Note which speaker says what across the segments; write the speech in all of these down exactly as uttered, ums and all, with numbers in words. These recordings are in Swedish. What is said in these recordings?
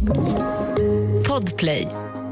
Speaker 1: Podplay.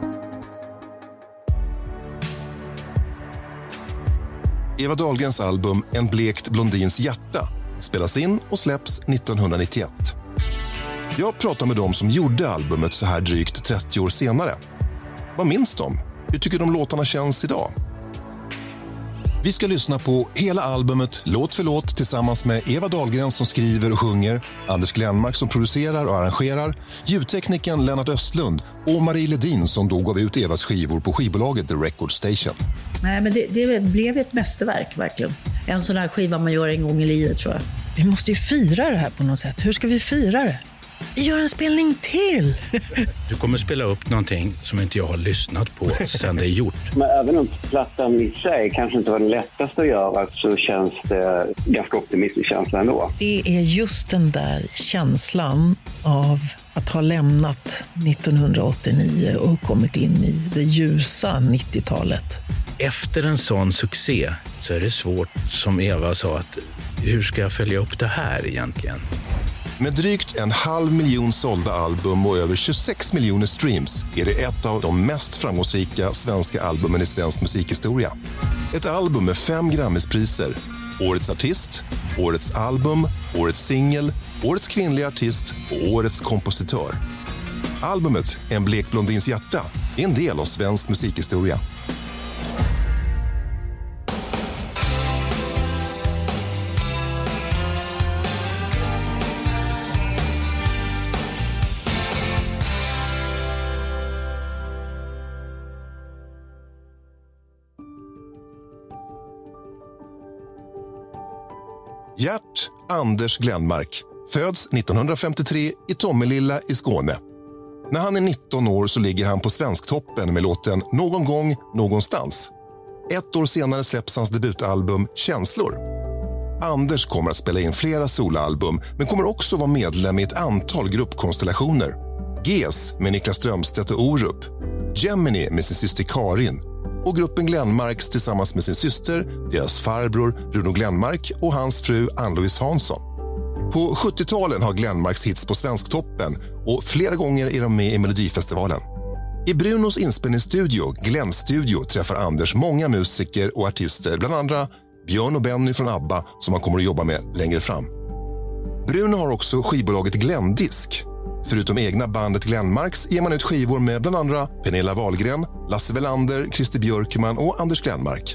Speaker 2: Eva Dahlgrens album En blekt blondins hjärta spelas in och släpps nittonhundranittioett. Jag pratar med dem som gjorde albumet så här drygt trettio år senare. Vad minns de? Hur tycker de låtarna känns idag? Vi ska lyssna på hela albumet låt för låt tillsammans med Eva Dahlgren som skriver och sjunger, Anders Glenmark som producerar och arrangerar, ljudtekniken Lennart Östlund och Marie Ledin som då gav ut Evas skivor på skivbolaget The Record Station.
Speaker 3: Nej, men det, det blev ett mästerverk verkligen. En sån här skiva man gör en gång i livet, tror jag.
Speaker 4: Vi måste ju fira det här på något sätt. Hur ska vi fira det? Vi gör en spelning till.
Speaker 5: Du kommer spela upp någonting som inte jag har lyssnat på sedan det är gjort.
Speaker 6: Men även om plattan i sig kanske inte var den lättaste att göra, så känns det ganska optimistisk känsla ändå.
Speaker 4: Det är just den där känslan av att ha lämnat nittonhundraåttionio och kommit in i det ljusa nittiotalet.
Speaker 5: Efter en sån succé så är det svårt, som Eva sa, att hur ska jag följa upp det här egentligen?
Speaker 2: Med drygt en halv miljon sålda album och över tjugosex miljoner streams är det ett av de mest framgångsrika svenska albumen i svensk musikhistoria. Ett album med fem Grammispriser, Årets artist, Årets album, Årets singel, Årets kvinnliga artist och Årets kompositör. Albumet En blekt blondins hjärta är en del av svensk musikhistoria. Gert Anders Glenmark föds nittonhundrafemtiotre i Tomelilla i Skåne. När han är nitton år så ligger han på Svensktoppen med låten Någon gång, någonstans. Ett år senare släpps hans debutalbum Känslor. Anders kommer att spela in flera soloalbum men kommer också vara medlem i ett antal gruppkonstellationer. G E S med Niklas Strömstedt och Orup, Gemini med sin syster Karin och gruppen Glenmarks tillsammans med sin syster, deras farbror Bruno Glenmark och hans fru Ann-Louise Hansson. På sjuttio-talen har Glenmarks hits på Svensktoppen och flera gånger är de med i Melodifestivalen. I Brunos inspelningsstudio, Glenn Studio, träffar Anders många musiker och artister, bland andra Björn och Benny från ABBA som han kommer att jobba med längre fram. Bruno har också skivbolaget Glendisk. Förutom egna bandet Glenmarks ger man ut skivor med bland andra Pernilla Wahlgren, Lasse Welander, Christer Björkman och Anders Glenmark.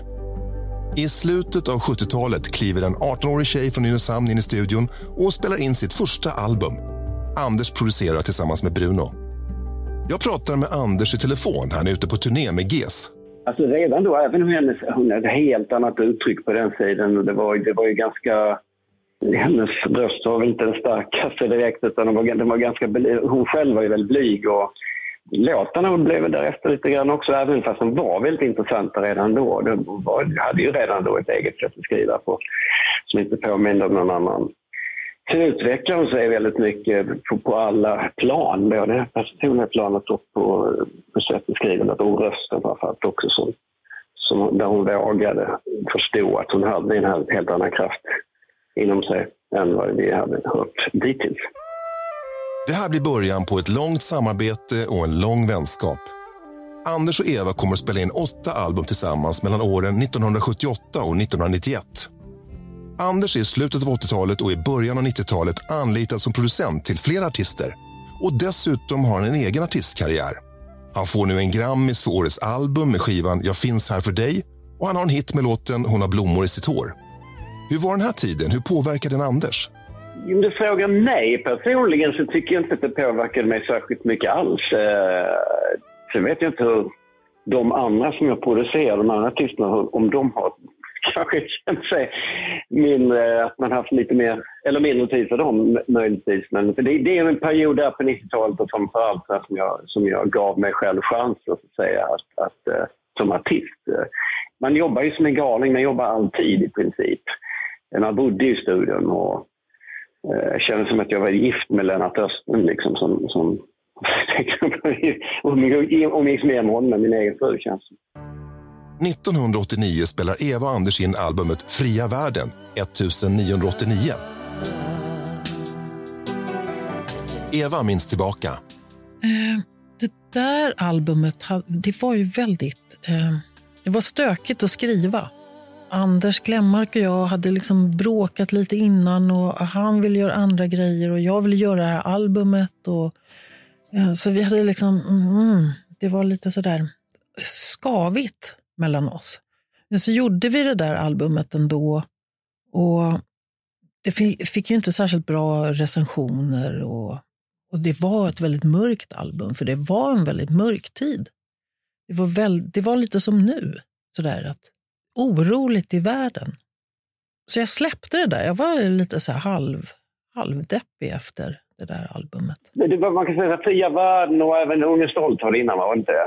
Speaker 2: I slutet av sjuttio-talet kliver en arton-årig tjej från Nynäshamn in i studion och spelar in sitt första album. Anders producerar tillsammans med Bruno. Jag pratar med Anders i telefon. Han är ute på turné med G E S.
Speaker 6: Alltså redan då, även om hennes, hon hade ett helt annat uttryck på den sidan. Det var, det var ju ganska... Hennes röst var väl inte den starkaste direkt, utan den var, den var ganska... Hon själv var ju väldigt blyg och låtarna blev väl därefter lite grann också, även fast de var väldigt intressanta redan då. De var, hade ju redan då ett eget sätt att skriva på som inte påminner om någon annan. Sen utvecklar hon sig väldigt mycket på, på alla plan, både personliga planet och på, på sättet skrivandet och rösten framförallt också, som, som, där hon vågade förstå att hon hade en helt, helt annan kraft inom sig än vad vi hade hört dittills.
Speaker 2: Det här blir början på ett långt samarbete och en lång vänskap. Anders och Eva kommer att spela in åtta album tillsammans mellan åren nittonhundrasjuttioåtta och nittonhundranittioett. Anders är i slutet av åttiotalet och i början av nittiotalet anlitad som producent till flera artister. Och dessutom har han en egen artistkarriär. Han får nu en Grammis för årets album med skivan Jag finns här för dig och han har en hit med låten Hon har blommor i sitt hår. Hur var den här tiden? Hur påverkade den Anders?
Speaker 6: Om du frågar mig personligen så tycker jag inte att det påverkade mig särskilt mycket alls. Sen vet jag inte hur de andra som jag producerar, de andra artisterna, om de har kanske känt sig mindre, att man haft lite mer eller mindre tid för dem möjligtvis. Men för det, det är en period där på nittiotalet och framförallt som jag, som jag gav mig själv chansen att säga att, att, som artist. Man jobbar ju som en galning, man jobbar alltid i princip. Man bodde i studion och eh, kände som att jag var gift med Lennart Östlund liksom, som, som umgicks med honom med min egen fru, känns.
Speaker 2: nittonhundraåttionio spelar Eva och Anders in albumet Fria världen nittonhundraåttionio. Eva minns tillbaka.
Speaker 4: Eh, det där albumet, det var ju väldigt... Eh, det var stökigt att skriva. Anders Glenmark och jag hade liksom bråkat lite innan och han ville göra andra grejer och jag ville göra det här albumet. Och, eh, så vi hade liksom... Mm, det var lite sådär skavigt mellan oss. Men så gjorde vi det där albumet ändå och det fick, fick ju inte särskilt bra recensioner och, och det var ett väldigt mörkt album för det var en väldigt mörk tid. Det var, väl, det var lite som nu, sådär att oroligt i världen. Så jag släppte det där. Jag var lite så här halv, halvdeppig efter det där albumet.
Speaker 6: Det var, man kan säga att Fria Världen och även Ung och Stolt var det innan, var det inte?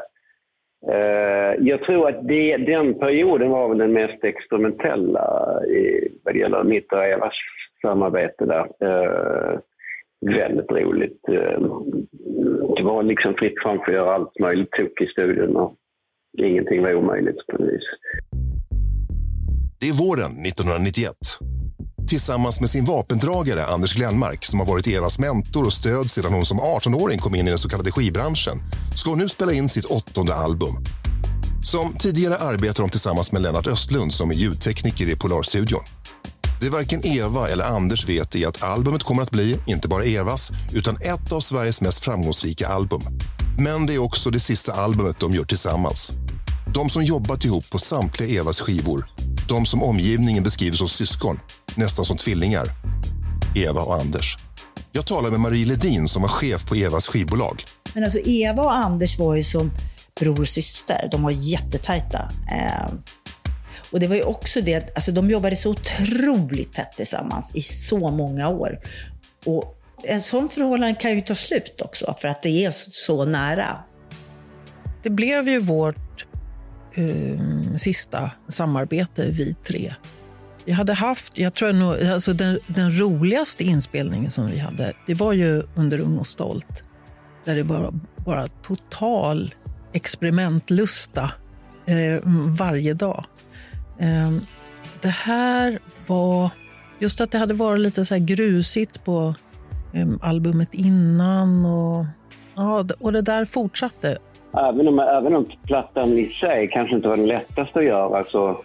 Speaker 6: Uh, jag tror att det, den perioden var väl den mest experimentella i, vad det gäller mitt och Evas samarbete där. Uh, väldigt roligt. Uh, det var liksom fritt framför att göra allt möjligt tok i studion och ingenting var omöjligt på något vis.
Speaker 2: Det är våren nittonhundranittioett. Tillsammans med sin vapendragare Anders Glenmark som har varit Evas mentor och stöd sedan hon som arton-åring kom in i den så kallade skivbranschen ska hon nu spela in sitt åttonde album. Som tidigare arbetar de tillsammans med Lennart Östlund som är ljudtekniker i Polarstudion. Det varken Eva eller Anders vet är att albumet kommer att bli inte bara Evas utan ett av Sveriges mest framgångsrika album. Men det är också det sista albumet de gör tillsammans. De som jobbat ihop på samtliga Evas skivor. De som omgivningen beskriver som syskon, nästan som tvillingar. Eva och Anders. Jag talar med Marie Ledin som var chef på Evas skivbolag.
Speaker 3: Men alltså Eva och Anders var ju som bror och syster. De var jättetajta. Eh, och det var ju också det, alltså de jobbade så otroligt tätt tillsammans i så många år. Och en sån förhållande kan ju ta slut också för att det är så nära.
Speaker 4: Det blev ju vårt eh, sista samarbete, vi tre. Vi hade haft, jag tror nog, alltså den, den roligaste inspelningen som vi hade, det var ju under Ung och Stolt. Där det var bara total experimentlusta eh, varje dag. Eh, det här var, just att det hade varit lite så här grusigt på eh, albumet innan och, ja, och det där fortsatte.
Speaker 6: Även om, även om plattan i sig kanske inte var den lättaste att göra så,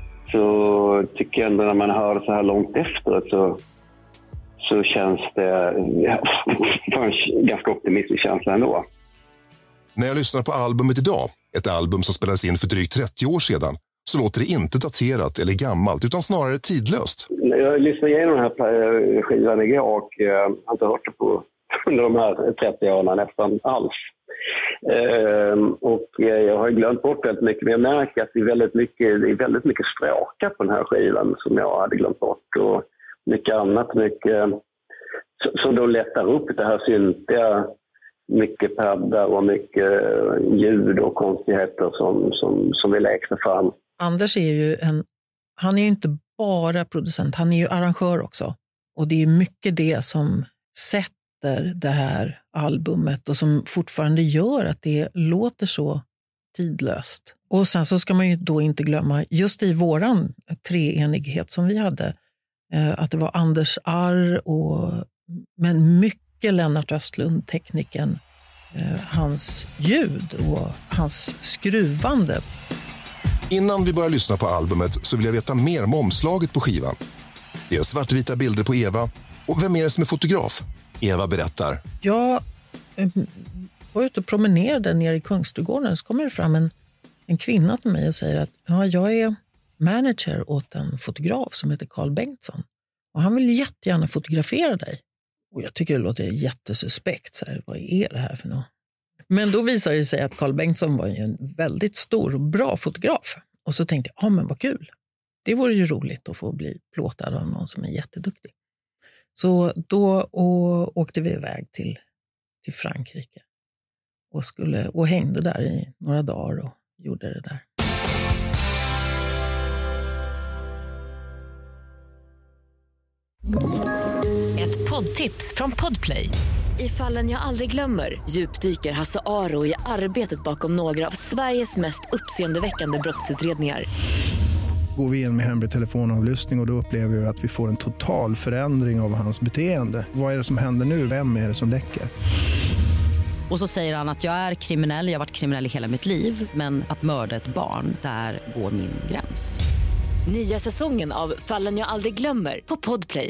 Speaker 6: så tycker jag ändå när man hör det så här långt efteråt så, så känns det ja, en ganska optimistisk känsla ändå.
Speaker 2: När jag lyssnar på albumet idag, ett album som spelades in för drygt trettio år sedan, så låter det inte daterat eller gammalt utan snarare tidlöst.
Speaker 6: Jag lyssnade igenom den här skivan igår och jag har inte hört det på under de här trettio åren nästan alls. Uh, och jag har glömt bort väldigt mycket, men jag märker att det är väldigt mycket, det är väldigt mycket stråkar på den här skivan som jag hade glömt bort och mycket annat, mycket som då lättar upp det här syntiga, mycket paddar och mycket ljud och konstigheter som, som, som vi läkte fram.
Speaker 4: Anders är ju en, han är ju inte bara producent, han är ju arrangör också. Och det är mycket det som sätter det här albumet och som fortfarande gör att det låter så tidlöst. Och sen så ska man ju då inte glömma, just i våran treenighet som vi hade, att det var Anders Arr och men mycket Lennart Östlund, tekniken, hans ljud och hans skruvande.
Speaker 2: Innan vi börjar lyssna på albumet så vill jag veta mer om omslaget på skivan. Det är svartvita bilder på Eva och vem är det som är fotograf? Eva berättar.
Speaker 4: Jag var ute och promenerade nere i Kungsträdgården, så kommer det fram en, en kvinna till mig och säger att ja, jag är manager åt en fotograf som heter Carl Bengtsson. Och han vill jättegärna fotografera dig. Och jag tycker det låter jättesuspekt. Så här, vad är det här för något? Men då visar det sig att Carl Bengtsson var en väldigt stor och bra fotograf. Och så tänkte jag, ja men vad kul. Det vore ju roligt att få bli plåtad av någon som är jätteduktig. Så då och, åkte vi iväg till, till Frankrike. Och, skulle, och hängde där i några dagar och gjorde det där.
Speaker 1: Ett poddtips från Podplay. I Fallen jag aldrig glömmer djupdyker Hasse Aro i arbetet bakom några av Sveriges mest uppseendeväckande brottsutredningar.
Speaker 7: Går vi in med hemlig telefonavlyssning och, och då upplever vi att vi får en total förändring av hans beteende. Vad är det som händer nu? Vem är det som läcker?
Speaker 8: Och så säger han att jag är kriminell, jag har varit kriminell i hela mitt liv. Men att mörda ett barn, där går min gräns.
Speaker 1: Nya säsongen av Fallen jag aldrig glömmer på Podplay.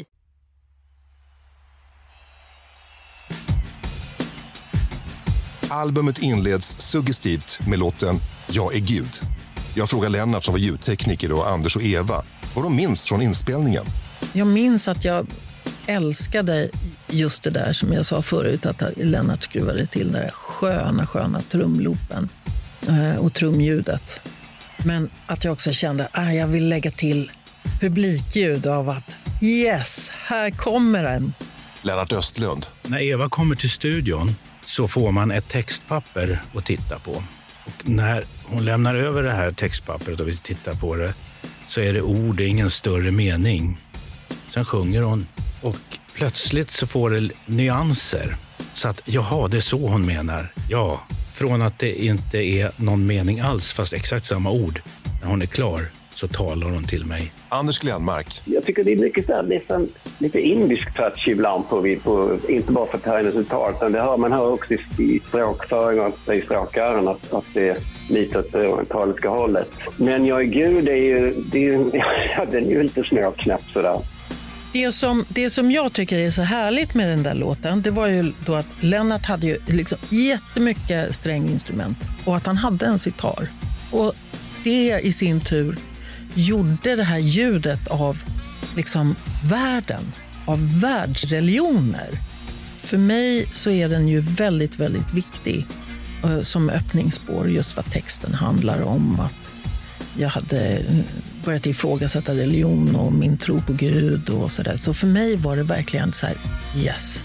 Speaker 2: Albumet inleds suggestivt med låten Jag är Gud. Jag frågar Lennart som var ljudtekniker och Anders och Eva vad de minns från inspelningen.
Speaker 4: Jag minns att jag älskade just det där som jag sa förut, att Lennart skruvade till den där sköna, sköna trumloopen och trumljudet. Men att jag också kände att jag vill lägga till publikljud av att yes, här kommer den.
Speaker 2: Lennart Östlund.
Speaker 5: När Eva kommer till studion så får man ett textpapper att titta på. Och när hon lämnar över det här textpappret och vi tittar på det så är det ord, det är ingen större mening. Sen sjunger hon och plötsligt så får det nyanser. Så att, jaha, det är så hon menar. Ja, från att det inte är någon mening alls, fast exakt samma ord. När hon är klar så talar hon till mig.
Speaker 2: Anders Glenmark.
Speaker 6: Jag tycker det är mycket så här, liksom, lite indisk touch ibland på, på inte bara för hennes uttal, utan det hör man hör också i, i språkföring och i språkören att, att det är lite åt taliska hållet. Men jag är Gud, det är ju, det är ju, ja, den är ju lite småknäpp sådär.
Speaker 4: Det som, det som jag tycker är så härligt med den där låten, det var ju då att Lennart hade ju liksom jättemycket stränginstrument och att han hade en sitar. Och det i sin tur gjorde det här ljudet av liksom världen, av världsreligioner. För mig så är den ju väldigt, väldigt viktig uh, som öppningsspår, just vad texten handlar om. Att jag hade börjat ifrågasätta religion och min tro på Gud och sådär. Så för mig var det verkligen så här, yes.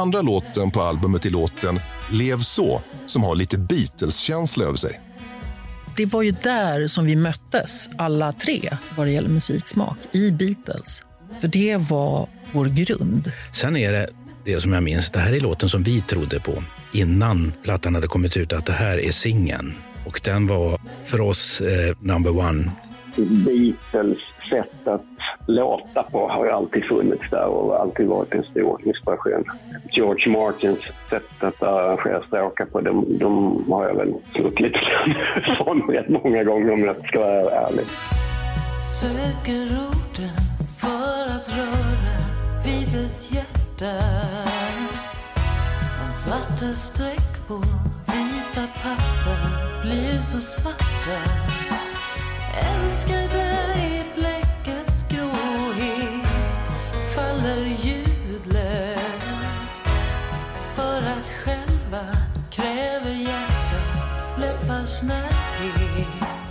Speaker 2: andra låten på albumet är låten Lev så, som har lite Beatles-känsla över sig.
Speaker 4: Det var ju där som vi möttes, alla tre, vad det gäller musiksmak, i Beatles. För det var vår grund.
Speaker 5: Sen är det det som jag minns, det här är låten som vi trodde på innan plattan hade kommit ut, att det här är singeln. Och den var för oss eh, number one.
Speaker 6: Beatles sätt att låta på har ju alltid funnits där och alltid varit en stor inspiration. George Martins sätt att arrangera stråkar på, de, de har jag väl snott lite från rätt många gånger om jag ska vara ärlig.
Speaker 9: Söker orden för att röra vid ett hjärta. Men svarta streck på vita papper blir så svarta. Älskar dig i bläckets gråhet, faller ljudlöst. För att själva kräver hjärtat läppars närhet.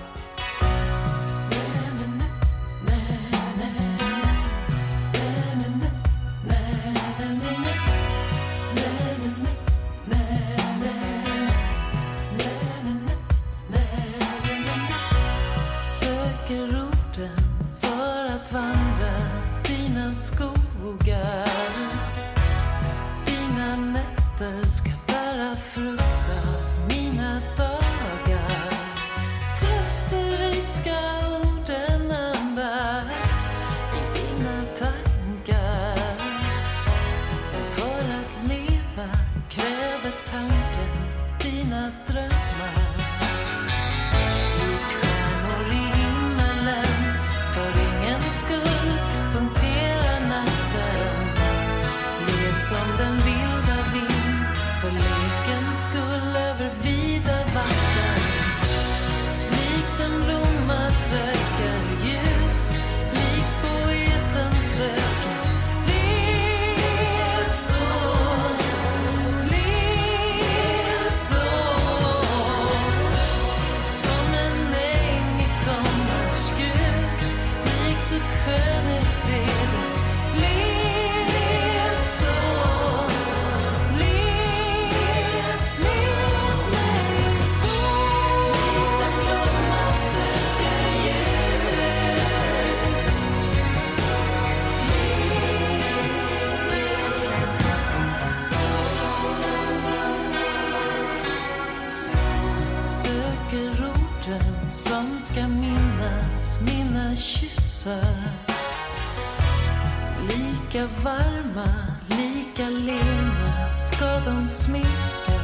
Speaker 9: Lika varma, lika lena ska de smeka.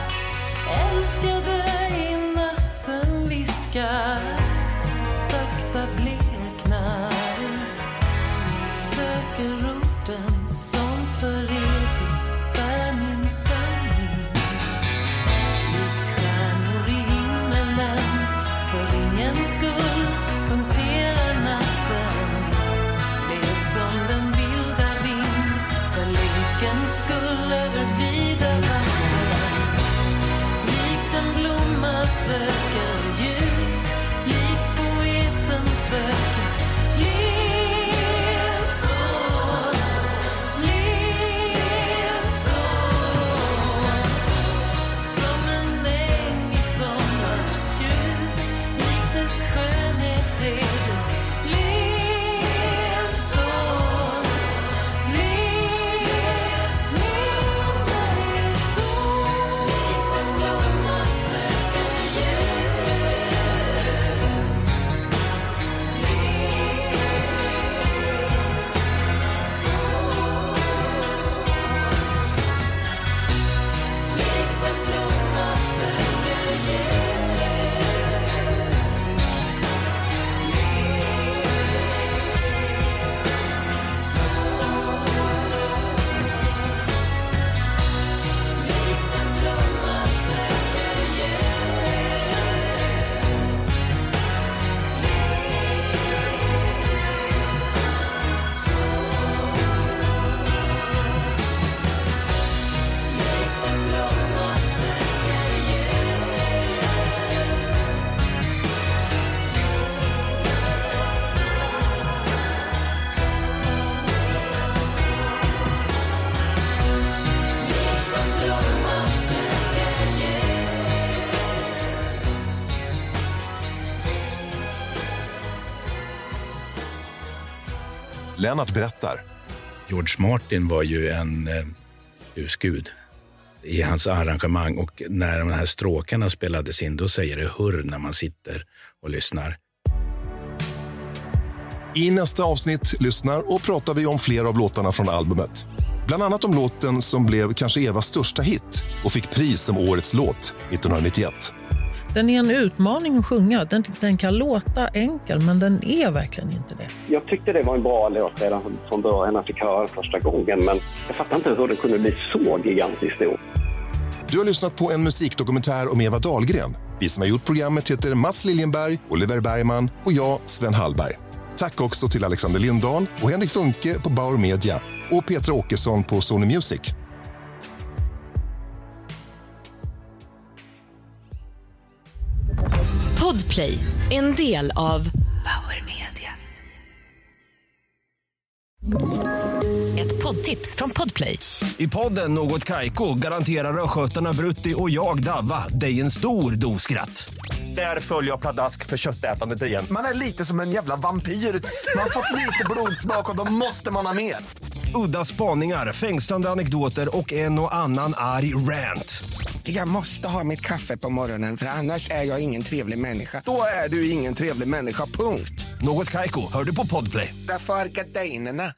Speaker 9: Älskar dig i natten viskar, sakta bleknar. Söker orden som för evigt bär min sanning. Likt stjärnor i himmelen, för ingen skull punkterar natten. Lev som den vilda vind, för lekens skull över vida vatten.
Speaker 2: Lennart berättar.
Speaker 5: George Martin var ju en eh, husgud i hans arrangemang, och när de här stråkarna spelades in, då säger det hurr när man sitter och lyssnar.
Speaker 2: I nästa avsnitt lyssnar och pratar vi om flera av låtarna från albumet. Bland annat om låten som blev kanske Evas största hit och fick pris som årets låt nittonhundranittioett.
Speaker 4: Den är en utmaning att sjunga. Den, den kan låta enkel, men den är verkligen inte det.
Speaker 6: Jag tyckte det var en bra låt redan från början när jag fick höra första gången, men jag fattar inte hur det kunde bli så gigantiskt stor.
Speaker 2: Du har lyssnat på en musikdokumentär om Eva Dahlgren. Vi som har gjort programmet heter Mats Liljenberg, Oliver Bergman och jag, Sven Hallberg. Tack också till Alexander Lindahl och Henrik Funke på Bauer Media och Petra Åkesson på Sony Music.
Speaker 1: Podplay, en del av Bauer Media. Ett poddtips från Podplay.
Speaker 10: I podden Något Kaiko garanterar röskötarna Brutti och jag Davva dig en stor dos skratt. Där följer jag pladask för köttätandet igen.
Speaker 11: Man är lite som en jävla vampyr. Man har fått lite blodsmak och då måste man ha mer.
Speaker 10: Udda spaningar, fängslande anekdoter och en och annan arg rant.
Speaker 11: Jag måste ha mitt kaffe på morgonen, för annars är jag ingen trevlig människa. Då är du ingen trevlig människa, punkt.
Speaker 10: Något Kaiko, hör du på Podplay.
Speaker 11: Därför är gardinerna.